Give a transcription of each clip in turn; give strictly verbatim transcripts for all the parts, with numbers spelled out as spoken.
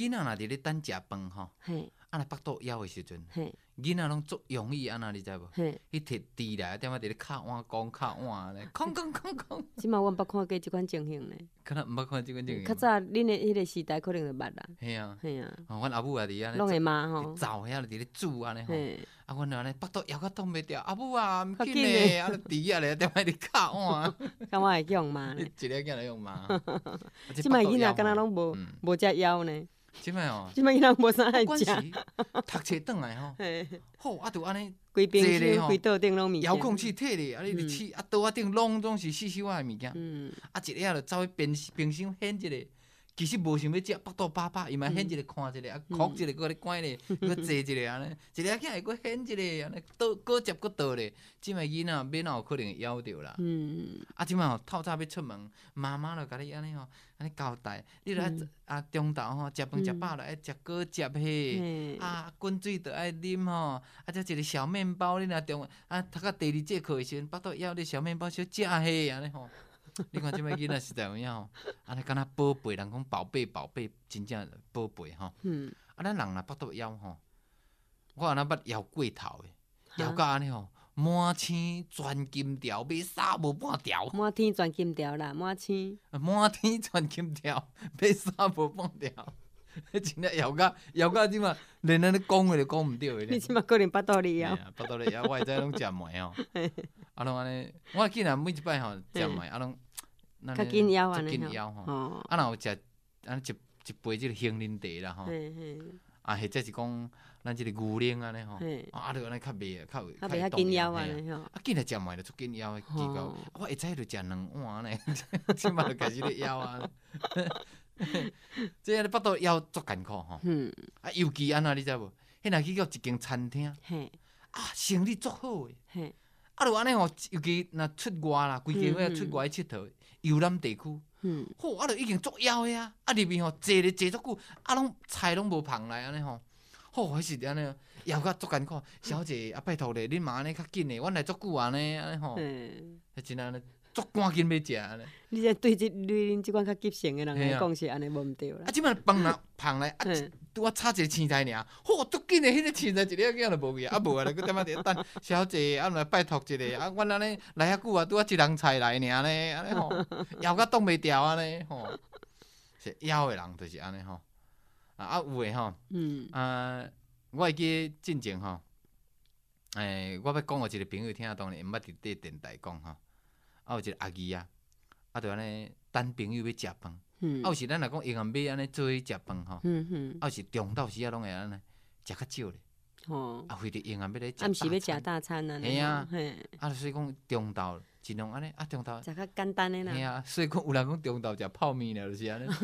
囡仔若伫咧等食饭吼，啊若腹肚枵的时阵，囡仔拢足容易安那，你知无？伊摕箸来，点啊伫咧敲碗讲敲碗咧，空空空空。 即马阮捌看过即款情形咧。 可能毋捌看即款情形。 较早恁的迄个时代可能就捌啦。 嘿啊， 嘿啊。 哦，阮阿母也伫安尼。 拢会骂吼。 灶遐伫咧煮安尼吼。啊，阮安尼腹肚枵到挡袂牢，阿母啊，毋紧嘞，啊，箸啊咧，点啊伫敲碗。 敢我会去用骂咧？ 一个囝来用骂。 即摆囡仔敢若拢无无食枵呢。 即摆哦， 即摆囡仔无啥爱食。 读册转来吼，好啊，就安尼， 规冰箱、规桌顶拢物件。 遥控器摕咧，啊，你饲啊，桌仔顶拢总是细细仔的物件。啊，一个啊，就走去冰冰箱掀一个，其实无想要食，腹肚饱饱，伊嘛掀一个看一个，啊，哭一个，搁咧关咧，搁坐一个安尼，一个囝会搁掀一个安尼，倒搁接搁倒咧，即摆囡仔免哪有可能会枵着啦。啊，即摆吼透早要出门，妈妈就甲你安尼吼。安尼交代，你著爱啊中昼吼食饭食饱了，爱食果汁嘿，啊滚水著爱啉吼，啊则一个小面包，你若中啊读到第二节课的时阵，腹肚枵，你小面包小食嘿，安尼吼。你看即摆囡仔实在有影吼，安尼敢若宝贝，人讲宝贝宝贝，真正宝贝吼。啊，咱人若腹肚枵吼，我安那捌枵过头的，枵到安尼吼。满天钻金条，要杀无半条。 满天钻金条啦，满天。 满天钻金条，要杀无半条。真正枵到枵到即嘛，连安尼讲话都讲毋着的。 你即嘛可能腹肚里枵。 腹肚里枵，我会知拢食糜吼。啊，拢安尼，我记若每一摆吼食糜，啊拢较紧枵安尼吼。较紧枵吼。啊，若有食安尼一一杯即个杏仁茶啦吼。啊，或者是讲咱即个牛奶安尼吼，啊，就安尼较袂较较袂较紧枵安尼吼。 啊，紧来食糜就足紧枵的，奇怪，我会知就食两碗安尼，即摆就开始咧枵啊。即个腹肚枵足艰苦吼。啊，尤其安怎你知无？迄若去到一间餐厅，啊，生意足好诶。啊，就安尼吼，尤其若出外啦，规家伙出外去佚佗，游览地区。嗯，好，啊，就已经足枵的啊，啊，入面吼坐咧坐足久，啊，拢菜拢无芳来安尼吼，好，迄是安尼，枵到足艰苦。小姐，啊，拜托咧，恁嘛安尼较紧诶，阮来足久安尼，安尼吼，迄真安尼足赶紧要食安尼。 你这对即对恁即款较急性诶人来讲是安尼无毋对啦。 啊，即摆饭若芳来，啊，拄啊炒一个青菜尔，好，足紧诶，迄个青菜一个囝就无去啊，啊无啊，佮点仔伫等。小姐，啊，来拜托一下，啊，阮安尼来遐久啊，拄啊一人菜来尔呢，安尼吼，枵到挡袂牢安尼吼。是枵诶人就是安尼吼。啊啊有诶吼，啊，我会记进前吼，诶，我要讲互一个朋友听，当然毋捌伫伫电台讲吼。啊，有一个阿姨啊，啊，就安尼等朋友要食饭。啊，有时咱若讲闲暗要安尼做伙食饭吼，啊，有时中昼时啊拢会安尼食较少咧。哦。啊，非得闲暗要咧食。 暗时要食大餐啊。 嘿啊。啊，所以讲中昼尽量安尼啊，中昼。 食较简单诶啦。 嘿啊，所以讲有人讲中昼食泡面了，就是安尼。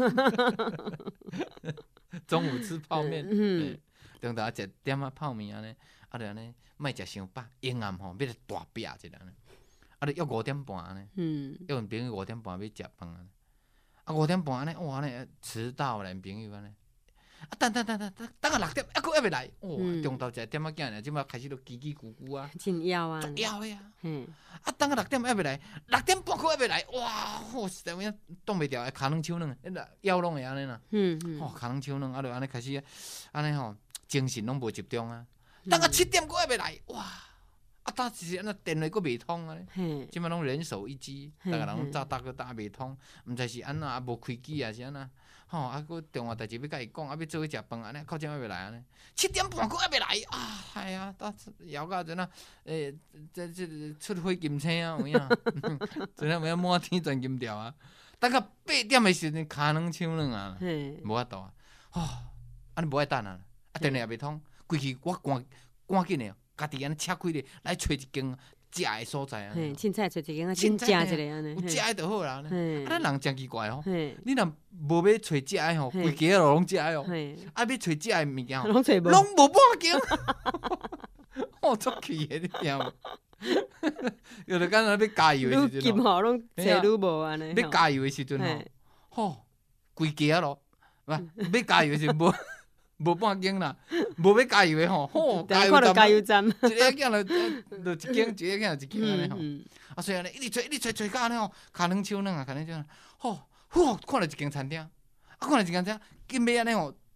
中午吃泡面。嗯。中昼食点仔泡面安尼，啊，就安尼莫食伤饱，闲暗吼要来大饼一个安尼。啊，就约五点半安尼，嗯，约阮朋友五点半要食饭安尼，啊五点半安尼，哇安尼迟到咧，朋友安尼，啊等等等等等，等到六点，还佫还袂来，哇，中昼食点仔囝尔，即摆开始都叽叽咕咕啊， 真枵啊， 足枵的啊，嗯，啊等到六点还袂来，六点半佫还袂来，哇，好实在有影挡袂牢，骹软手软，迄个枵拢会安尼啦，嗯嗯，吼骹软手软，啊就安尼开始，安尼吼精神拢无集中啊，等到七点佫还袂来，哇！啊，打是安那电话佫袂通啊！即摆拢人手一机，逐个人拢早打佫打袂通，毋知是安怎啊无开机啊是安怎？吼啊佫电话代志要甲伊讲，啊要做伙食饭安尼，到今还袂来安尼，七点半佫还袂来啊！哎呀，打枵到阵啊，诶，这这出火金星啊有影？阵啊有影满天钻金条啊！等到八点的时阵，骹软手软啊，无法度啊！吼，安尼无爱等啊，啊电话也袂通，规气我赶赶紧的。家己安尼车开咧，来找一间食的所在啊！ 凊彩找一间啊，真食一个安尼， 有食的就好啦。啊，咱人真奇怪吼，你若无要找食的吼，规家路拢食的哦。啊，要找食的物件， 拢找无， 拢无半间。我足气的，你听无？有着敢若要加油的时阵， 愈急吼，拢找愈无安尼。 要加油的时阵吼，吼，规家路，哇，要加油的时无。无半间啦，无要加油的吼，吼， 加油站，加油站，一个囝就就一间，一个囝就一间安尼吼。啊，所以安尼一直找，一直找，找到安尼吼，骹软手软啊，骹软手软。吼，吼，看到一间餐厅，啊，看到一间餐厅，紧要安尼吼，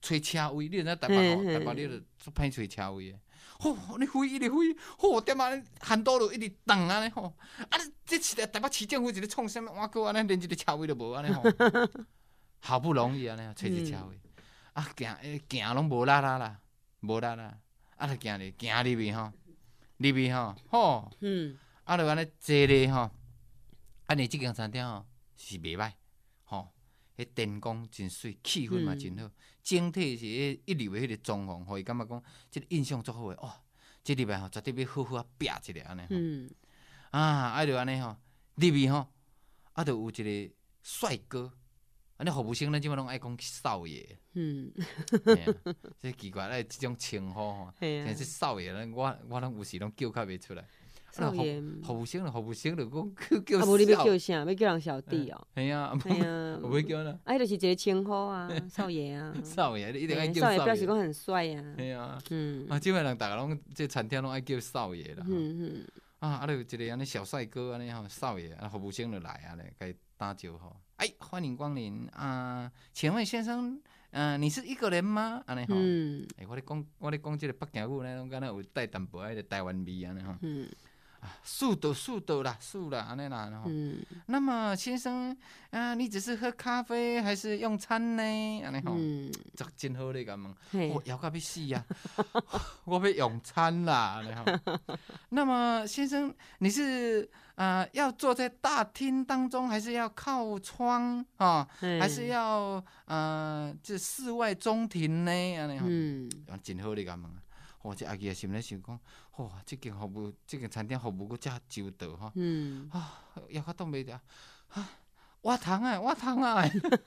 找车位，你知影台北吼，台北你著足歹找车位诶。吼，你飞一直飞，吼，点啊，hand道路一直动安尼吼，啊，这市台北市政府一直创啥物碗糕安尼，连一个车位都无安尼吼，好不容易安尼找一个车位，啊，行行拢无力啦啦，无力啦，啊，著行咧，行入去吼，入去吼，吼，嗯，啊，著安尼坐咧吼，啊，你即间餐厅吼是袂歹，吼，迄灯光真水，气氛嘛真好。整体是迄一流的迄个装潢，互伊感觉讲，即个印象足好诶。哦，即入来吼，绝对要好好啊拼一下安尼。嗯。啊，啊着安尼吼，入去吼，啊着有一个帅哥，安尼服务生咱即摆拢爱讲少爷。嗯。即奇怪咧，即种称呼吼，像是少爷，我我拢有时拢叫较袂出来。少爷。服务生，服务生就讲叫少。啊， 无你要叫啥？要叫人小弟哦。 系啊，系啊，唔会叫啦。 啊，迄就是一个称呼啊，少爷啊。 少爷，你一定爱叫少爷。 少爷表示讲很帅啊。 系啊。嗯。啊，即摆人逐个拢即餐厅拢爱叫少爷啦。嗯嗯。啊，啊，有一个安尼小帅哥安尼吼，少爷，啊，服务生就来啊咧，甲伊打招呼。哎，欢迎光临啊！请问先生，嗯，你是一个人吗？安尼吼。嗯。哎，我咧讲，我咧讲即个北京语咧，拢敢若有带淡薄仔迄个台湾味安尼吼。嗯。素的素的啦，素啦，安尼啦，吼。嗯。那么先生，啊，你只是喝咖啡还是用餐呢？安尼吼。嗯。这真好咧，甲问，我摇到要死呀！我要用餐啦，安尼吼。那么先生，你是啊、呃、要坐在大厅当中，还是要靠窗啊？还是要呃这室外中庭呢？安尼吼。嗯。真好咧，甲问。哦，这阿姨也心咧想讲，哇、哦，这间服务，这间餐厅服务阁遮周到吼，嗯，啊，抑较挡袂住，啊，我糖啊，我糖啊，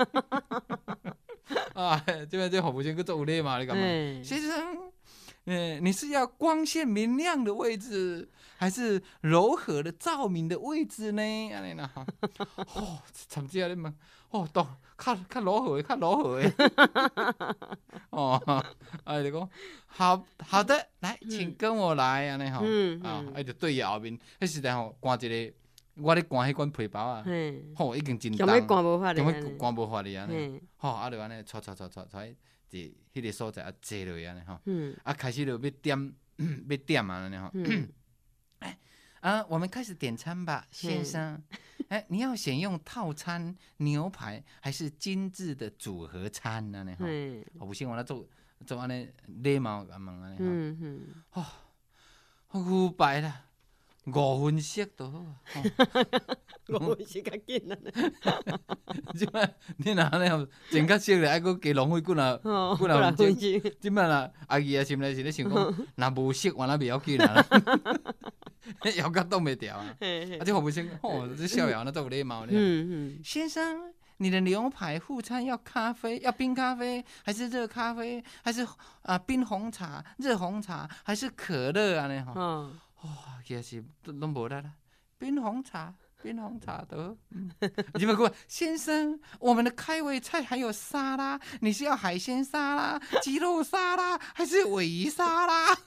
啊，这边这服务生阁做有礼貌，你干嘛？先生，嗯，你是要光线明亮的位置，还是柔和的照明的位置呢？安尼啦，哈，哦，甚至啊，你问，哦，都较较柔和的，较柔和的。哦，啊就讲好好的，来，请跟我来安尼吼，啊，啊就对伊后面，迄时阵吼，赶一个，我咧赶迄款皮包啊，吼已经真重， 强要赶无法哩， 强要赶无法哩安尼，吼啊就安尼，撮撮撮撮撮，伫迄个所在啊坐落去安尼吼，啊开始就要点要点啊安尼吼，哎啊，我们开始点餐吧，先生。哎，你要选用套餐牛排还是精致的组合餐呢？呢哈，服务生我来做做安尼礼貌咁问安尼哈，嗯嗯，哦，牛排啦，五分熟就好啊， 五分熟较紧啊， 即摆你若安尼吼，整较熟咧，还佫加浪费几若几若分钟，即摆啦，阿姨啊心内是咧想讲，若无熟完了袂要紧啊。腰甲挡袂掉啊！啊，这服务生，哦，这逍遥那都有礼貌咧。嗯嗯。先生，你的牛排副餐要咖啡，要冰咖啡，还是热咖啡，还是啊冰红茶、热红茶，还是可乐啊？呢哈。嗯。哇，其实拢无力啦，冰红茶。冰红茶的，嗯，你们给我先生，我们的开胃菜还有沙拉，你是要海鲜沙拉、鸡肉沙拉，还是尾鱼沙拉？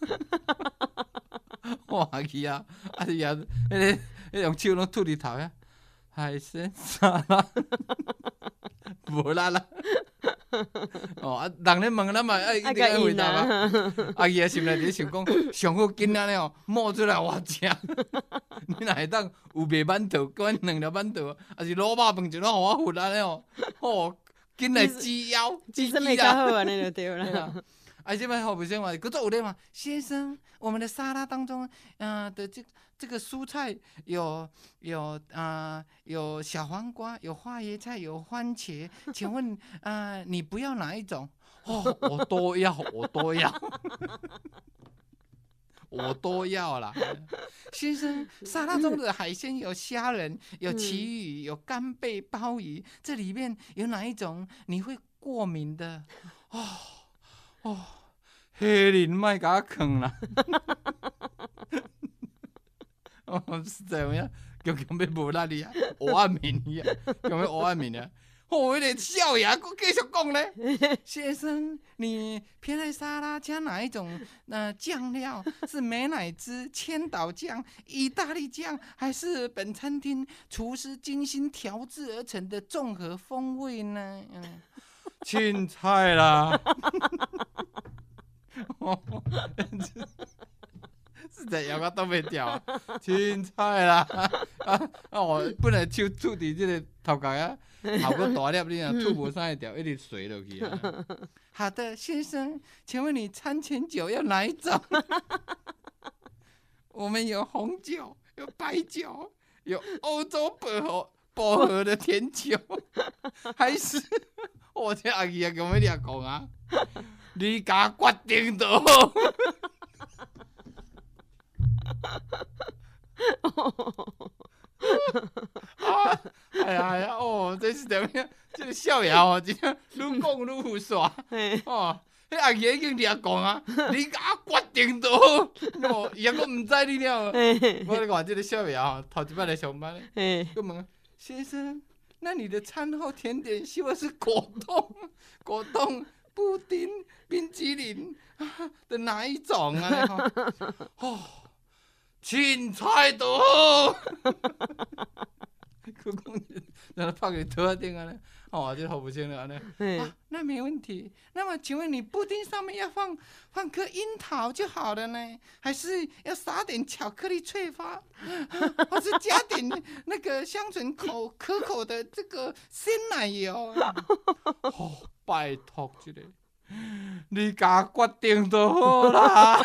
哇去啊！啊是啊，迄个迄用手拢吐伫头呀，海鲜沙拉，无啦啦。哦啊，人咧问咱嘛，爱一定爱回答啊。阿姨啊，心内伫想讲，上好紧安尼哦，冒出来我食。你若会当有卖馒头，搁两条馒头，还是卤肉饭一拢互我混安尼哦，哦，紧来鸡腰， 鸡翅较好安尼就对啦。 啊，这摆服务生嘛，搁做有咧嘛，先生，我们的沙拉当中，嗯、呃、的这这个蔬菜有有啊、呃、有小黄瓜，有花椰菜，有番茄，请问啊、呃、你不要哪一种？哦，我都要，我都要。我都要啦，先生。沙拉中的海鲜有虾仁，有旗鱼，有干贝、鲍鱼，这里面有哪一种你会过敏的？哦哦，黑人莫甲我囥啦！哦，实在有影，强强要无力哩啊，黑暗面呀，强要黑暗面呀。哦，迄个少爷佫继续讲咧，先生，你偏爱沙拉加哪一种？呃，酱料是美乃滋、千岛酱、意大利酱，还是本餐厅厨师精心调制而成的综合风味呢？嗯， 凊彩啦。实在腰我挡袂掉啊，凊彩啦！啊啊！我本来手杵伫即个头壳啊，头壳大粒，你若吐无啥会掉，一直垂落去啊。好的，先生，请问你餐前酒要哪一种？我们有红酒，有白酒，有欧洲薄荷薄荷的甜酒，还是我这阿姨啊，跟我俩讲啊，你家决定就好。啊！哎呀哎呀！哦，这是怎么样？这个笑颜哦，真正愈讲愈有煞。哦，迄阿姨已经掠讲啊，你家决定就好。哦，伊还佫唔知你了。我咧看这个笑颜哦，头一摆来上班咧，佮问先生，那你的餐后甜点希望是果冻、果冻、布丁、冰淇淋的哪一种啊？哦。凊彩就好，佮讲，然后拍个头啊顶安尼，哦，这服务生就安尼，啊，那没问题。那么，请问你布丁上面要放放颗樱桃就好了呢，还是要撒点巧克力脆发，啊、或是加点那个香醇口可口的这个鲜奶油？哦，拜托一个，你家决定就好啦。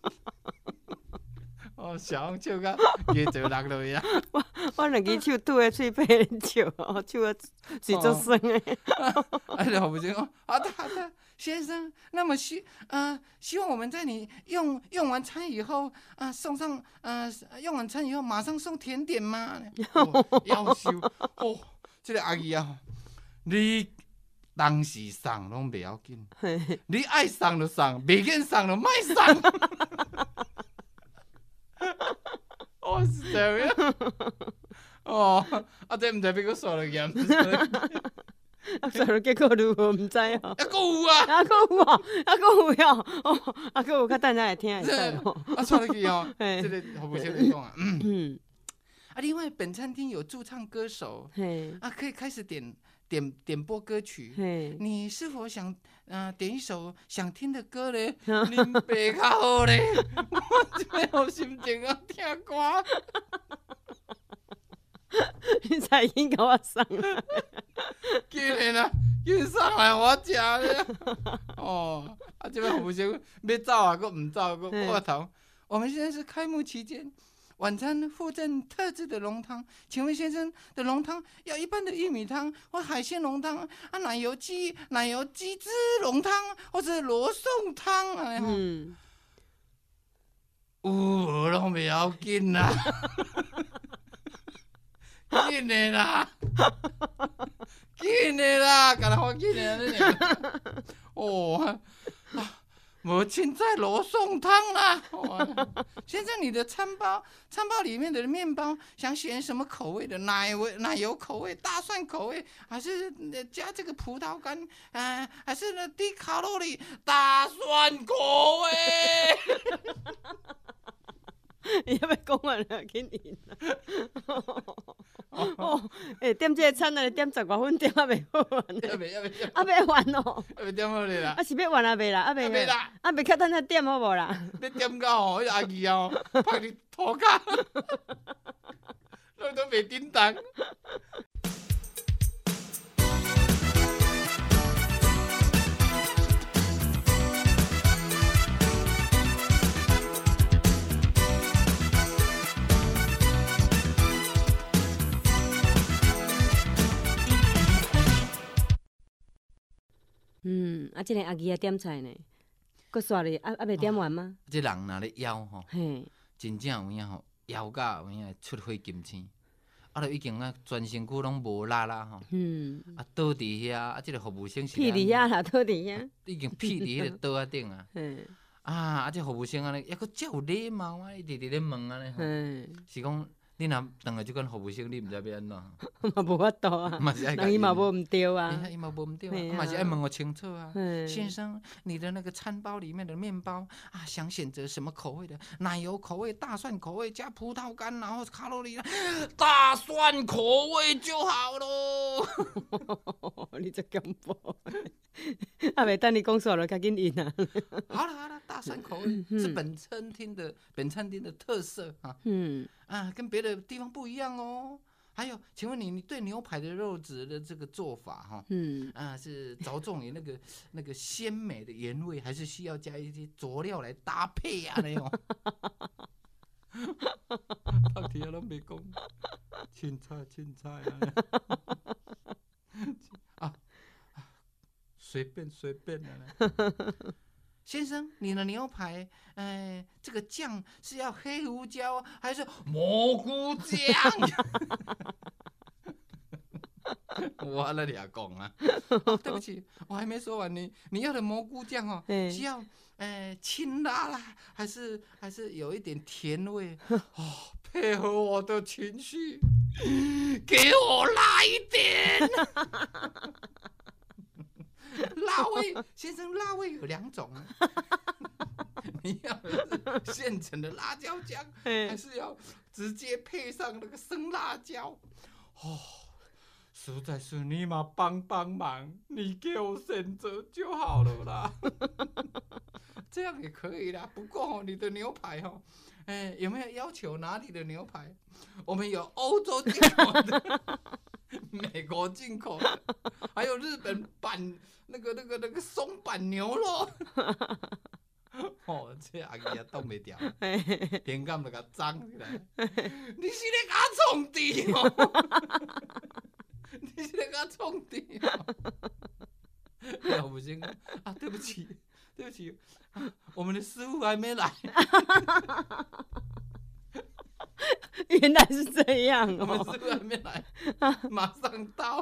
哦，小红手甲牙做落落去啊！ 我我两支手拄诶喙皮笑，哦，手啊是足酸诶。 啊，服务生讲，好的好的，先生，那么希呃希望我们在你用用完餐以后啊、呃、送上呃用完餐以后马上送甜点吗？哦，要求哦，这个阿姨啊，你当时送拢袂要紧，你爱送就送，袂愿送就莫送。哦，是这样。哦，啊，这毋知要佫刷落去啊？ 啊，刷落结果如何？毋知哦。 还佫有啊？ 啊，佫有哦，啊，佫有哦。哦，啊，佫有较等下会听会使咯。 啊，刷落去哦。这个服务生在讲啊。嗯。啊，另外，本餐厅有驻唱歌手，啊，可以开始点点点播歌曲。你是否想呃点一首想听的歌咧？恁爸较好咧，我真有心情啊听歌。 你才应甲我送啊！ 竟然啊，竟送来我食咧！哦，啊，这摆服务生要走啊，佫唔走，佫挂头。我们现在是开幕期间。晚餐附赠特制的浓汤，请问先生的浓汤要一般的玉米汤或海鲜浓汤啊，奶油鸡奶油鸡汁浓汤或者罗宋汤啊？嗯，有拢袂要紧啦，紧的啦，紧的啦，干那好紧的呢？哦。无凊彩罗宋汤啦！先生，你的餐包餐包里面的面包想选什么口味的？奶味、奶油口味、大蒜口味，还是加这个葡萄干？呃，还是呢低卡路里大蒜口味？ 伊还要讲完了，紧赢啦！哦，诶，点这个餐啊，点十外分，点还袂好完呢。还袂，还袂， 还袂完哦。 还袂点好咧啦。 啊是要完啊袂啦？啊袂啦。 啊袂较等下点好无啦？ 你点到吼，迄阿姨哦，拍你涂骹，弄都袂叮当。 嗯，啊，即个阿姨啊点菜呢，佫煞咧，啊啊袂点完吗？ 即人若咧枵吼，真正有影吼，枵甲有影出火金星，啊，著已经啊全身躯拢无力啦吼，嗯，啊倒伫遐，啊，即个服务生是屁伫遐啦，倒伫遐， 已經屁伫迄个桌仔頂啊，啊，啊，即服務生安尼，抑佫遮有禮貌啊，一直直咧問安尼吼，是講你若当下即款服务生，你毋知要安怎？ 嘛无法度啊， 嘛是爱人伊嘛无毋对啊， 伊嘛无毋对啊，嘛是爱问我清楚啊。先生，你的那个餐包里面的面包啊，想选择什么口味的？奶油口味、大蒜口味加葡萄干，然后卡路里大蒜口味就好咯。 你这恐怖！啊，袂等你讲煞了，赶紧应啊！ 好了好了，大蒜口味是本餐厅的本餐厅的特色啊。嗯啊，跟别的地方不一样哦。还有，请问你，你对牛排的肉质的这个做法哈，嗯啊，是着重于那个那个鲜美的原味，还是需要加一些佐料来搭配啊？那种，到底啊，拢没讲，凊彩凊彩啊！啊，随便随便的、啊。先生，你的牛排，哎，这个酱是要黑胡椒还是蘑菇酱？我那里啊讲啊、哦，对不起，我还没说完呢。你要的蘑菇酱哦，需要呃辛辣啦，还是还是有一点甜味哦，配合我的情绪，给我辣一点。辣味，先生，辣味有两种，你要的是现成的辣椒酱，还是要直接配上那个生辣椒？哦，实在是你嘛帮帮忙，你给我选择就好了啦。这样也可以啦。不过、哦、你的牛排哦，哎，有没有要求哪里的牛排？我们有欧洲进口的。美国进口的，还有日本版那个、那个、那个松板牛肉。哦，这阿姨也挡袂掉，天干就甲脏起来。你是咧甲我创治哦？你是咧甲我创治哦？服务生讲啊，对不起，对不起，啊、我们的师傅还没来。 原来是这样哦！ 我们师傅还没来，马上到。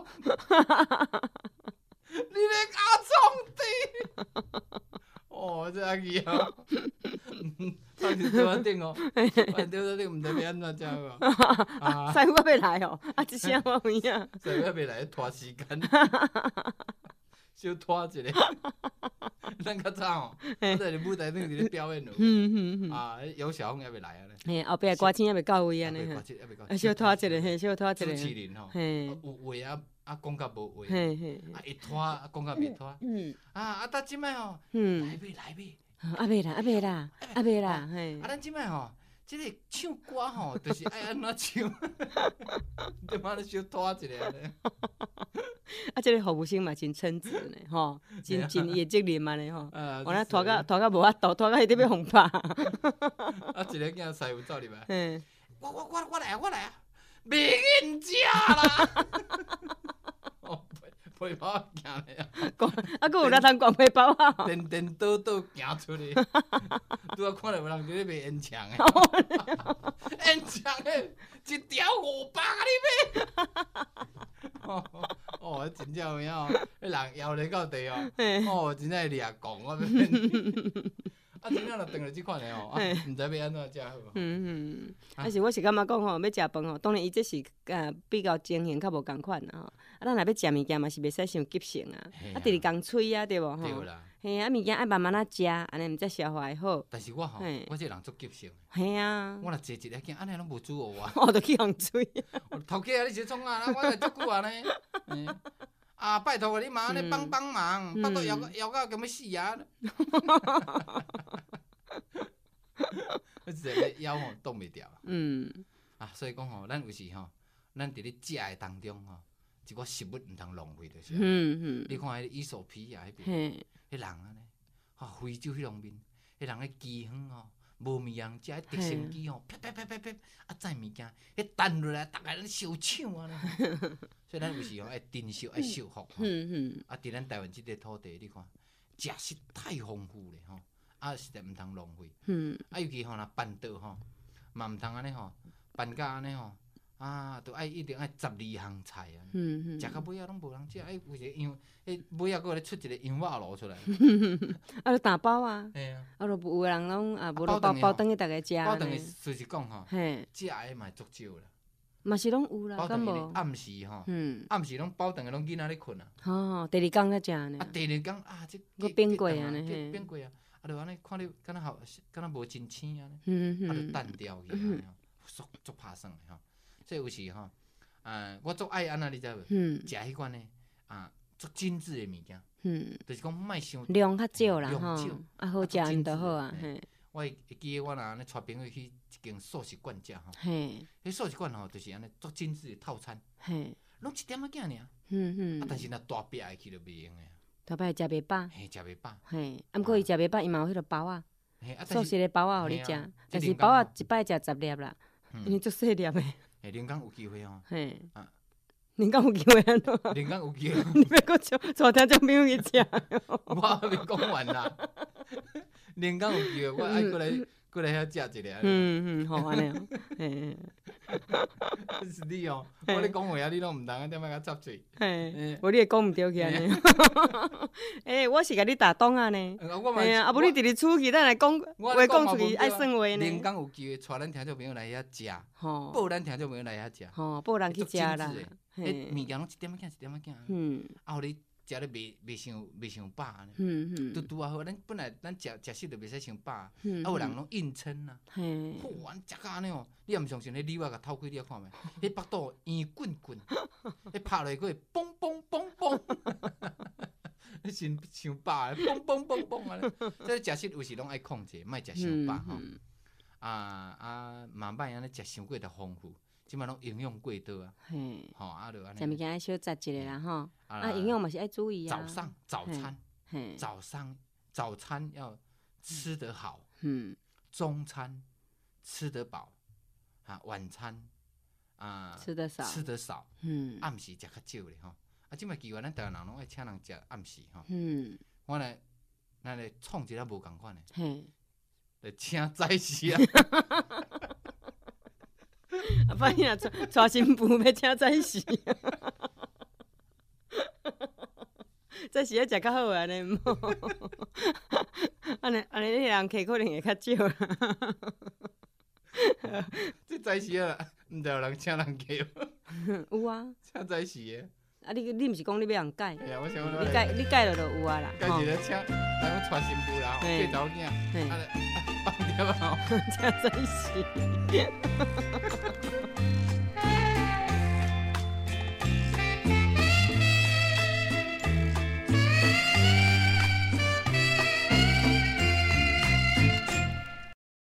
你咧甲我创治？哦，这阿姨啊，到底对我顶哦？我对我顶，唔知要安怎食哦。 啊，师傅还没来哦，啊，一声我有影。 师傅还没来，拖时间，小拖一下。咱较早哦，我在舞台顶伫咧表演咯。啊，尤小凤还没来啊咧。 嘿，后壁歌星还没到位安尼。啊，小拖一下，嘿，小拖一下。 主持人吼，有话啊啊讲甲无话，啊一拖啊讲甲袂拖。嗯。啊啊，到即摆吼，来袂来袂？ 啊袂啦，啊袂啦，啊袂啦，嘿。 啊，咱即摆吼，即个唱歌吼，就是爱安怎唱，对嘛咧小拖一下咧。 啊，这个服务生嘛真称职呢，吼，真真业绩力嘛呢吼。我那拖到拖到无法度，拖到伊得要互拍。 啊，一个囝师傅走入来，我我我我来啊，我来啊，袂瘾食啦。哦，背包行咧啊， 啊，佮有那通光背包啊， 颠颠倒倒行出去，拄啊看到有人伫咧卖烟肠诶，烟肠诶，一条五百啊你买。哦，哦，真正有影哦，迄人摇咧到地哦，哦，真正会掠讲我要骗你。啊，真正若订了即款诶哦，啊，毋知要安怎食好。嗯嗯，啊是我是感觉讲吼，要食饭吼，当然伊这是呃比较情形较无共款啦吼。啊，咱若要食物件嘛是袂使伤急性啊，啊，直直讲喙啊，对无吼？ 对啦。 嘿啊，物件爱慢慢啊食，安尼毋则消化会好。 但是我吼，我这人足急性。 嘿啊。 我若坐一个囝，安尼拢无煮我啊。 我著去互喙。 头家啊，你是创啊？我来足久啊呢。啊，拜托你妈，你帮帮忙，巴肚枵枵到咁要死啊！我一个枵吼挡袂掉。嗯。啊，所以讲吼，咱有时吼，咱伫咧食诶当中吼，一寡食物毋通浪费着。嗯嗯。你看迄伊索比亚迄边，迄人安尼，吼非洲迄方面，迄人迄饥荒吼，无物通食，迄直升机吼，啪啪啪啪啪，啊载物件，迄弹落来，逐个人烧抢啊！所以咱有时吼爱珍惜，爱惜福。嗯嗯。啊，伫咱台湾即块土地，你看，食食太丰富咧吼，啊实在毋通浪费。嗯。啊，尤其吼若办桌吼，嘛毋通安尼吼，办甲安尼吼， 啊，都爱一定爱十二项菜啊。 嗯嗯， 食到尾啊拢无人食，哎，有一个羊，哎，尾啊，佫咧出一个羊肉炉出来。 啊，就打包啊。 嘿啊。 啊，就有的人拢啊，无就包包顿去大家食。 包顿的就是讲吼， 嘿， 食的嘛足少啦。 嘛是拢有啦， 包顿敢无？ 暗时吼， 嗯， 暗时拢包顿的拢囡仔咧困啊。 吼，第二工才食呢。 啊，第二工啊，这佫变过啊呢，嘿， 变过啊，啊，就安尼看你敢若好，敢若无真青安尼， 嗯嗯， 啊，就淡掉去安尼吼，足足拍算的吼。所以有时吼，啊，我足爱安那你知无？嗯，食迄款呢，啊，足精致的物件。嗯，就是讲莫伤量较少啦吼，啊，好食因就好啊，嘿。 我会记得我若安尼带朋友去一间素食馆食吼， 嘿， 迄素食馆吼就是安尼足精致的套餐，嘿，拢一点仔囝尔， 嗯嗯， 啊，但是若大笔的去就袂用的。 大笔食袂饱， 嘿，食袂饱， 嘿，啊，毋过伊食袂饱，伊嘛有迄个包啊，素食的包啊，互你食，但是包啊一摆食十粒啦，因为足细粒的。 嘿，林港有机会吼，嘿，啊， 林港有机会安怎？ 林港有机会， 你要搁带带听种朋友去食？ 我还没讲完啦。林港有机会，我爱过来过来遐食一下。 嗯嗯，好安尼哦。嘿， 是你哦，我咧讲话啊，你拢毋通啊，踮仔甲插嘴。 嘿，无你会讲毋对去安尼。诶，我是甲你打动啊呢。哎呀，啊无你直直出去，咱来讲话讲出去爱算话呢。 林港有机会带咱听众朋友来遐食，报咱听众朋友来遐食。 吼，报人去食啦。 迄物件拢一点仔囝，一点仔囝。嗯。啊，互你食咧袂袂伤袂伤饱安尼。嗯嗯。拄拄啊好，咱本来咱食食食着袂使伤饱，啊有人拢硬撑啦。嘿。哇，食到安尼哦，你也毋相信，迄梨仔甲偷开，你也看觅，迄腹肚圆滚滚，迄拍落去佫会嘣嘣嘣嘣。你伤伤饱诶，嘣嘣嘣嘣安尼。这食食有时拢爱控制，莫食伤饱吼。啊啊，嘛莫安尼食伤过头丰富。即摆拢营养过多啊，嘿，吼啊，就安尼。食物件爱小食一下啦，吼，啊，营养嘛是爱注意啊。 早上早餐，早上早餐要吃得好，嗯，中餐吃得饱，啊，晚餐啊吃得少， 吃得少，嗯，暗时食较少咧吼。啊，即摆奇怪，咱台湾人拢爱请人食暗时吼，嗯，我来，咱来创一个无共款诶，嘿，来请早时啊。 啊，反正啊，带带新妇要请早时，早时要食较好安尼，安尼安尼，迄人客可能会较少啦。 这早时啊，毋知有人请人客无？有啊， 请早时诶。 啊，你你毋是讲你要人改？ 哎呀，我想你改你改了就有啊啦。 改是咧请，咱讲带新妇啦，嫁查某囝，啊，放点啊， 请早时。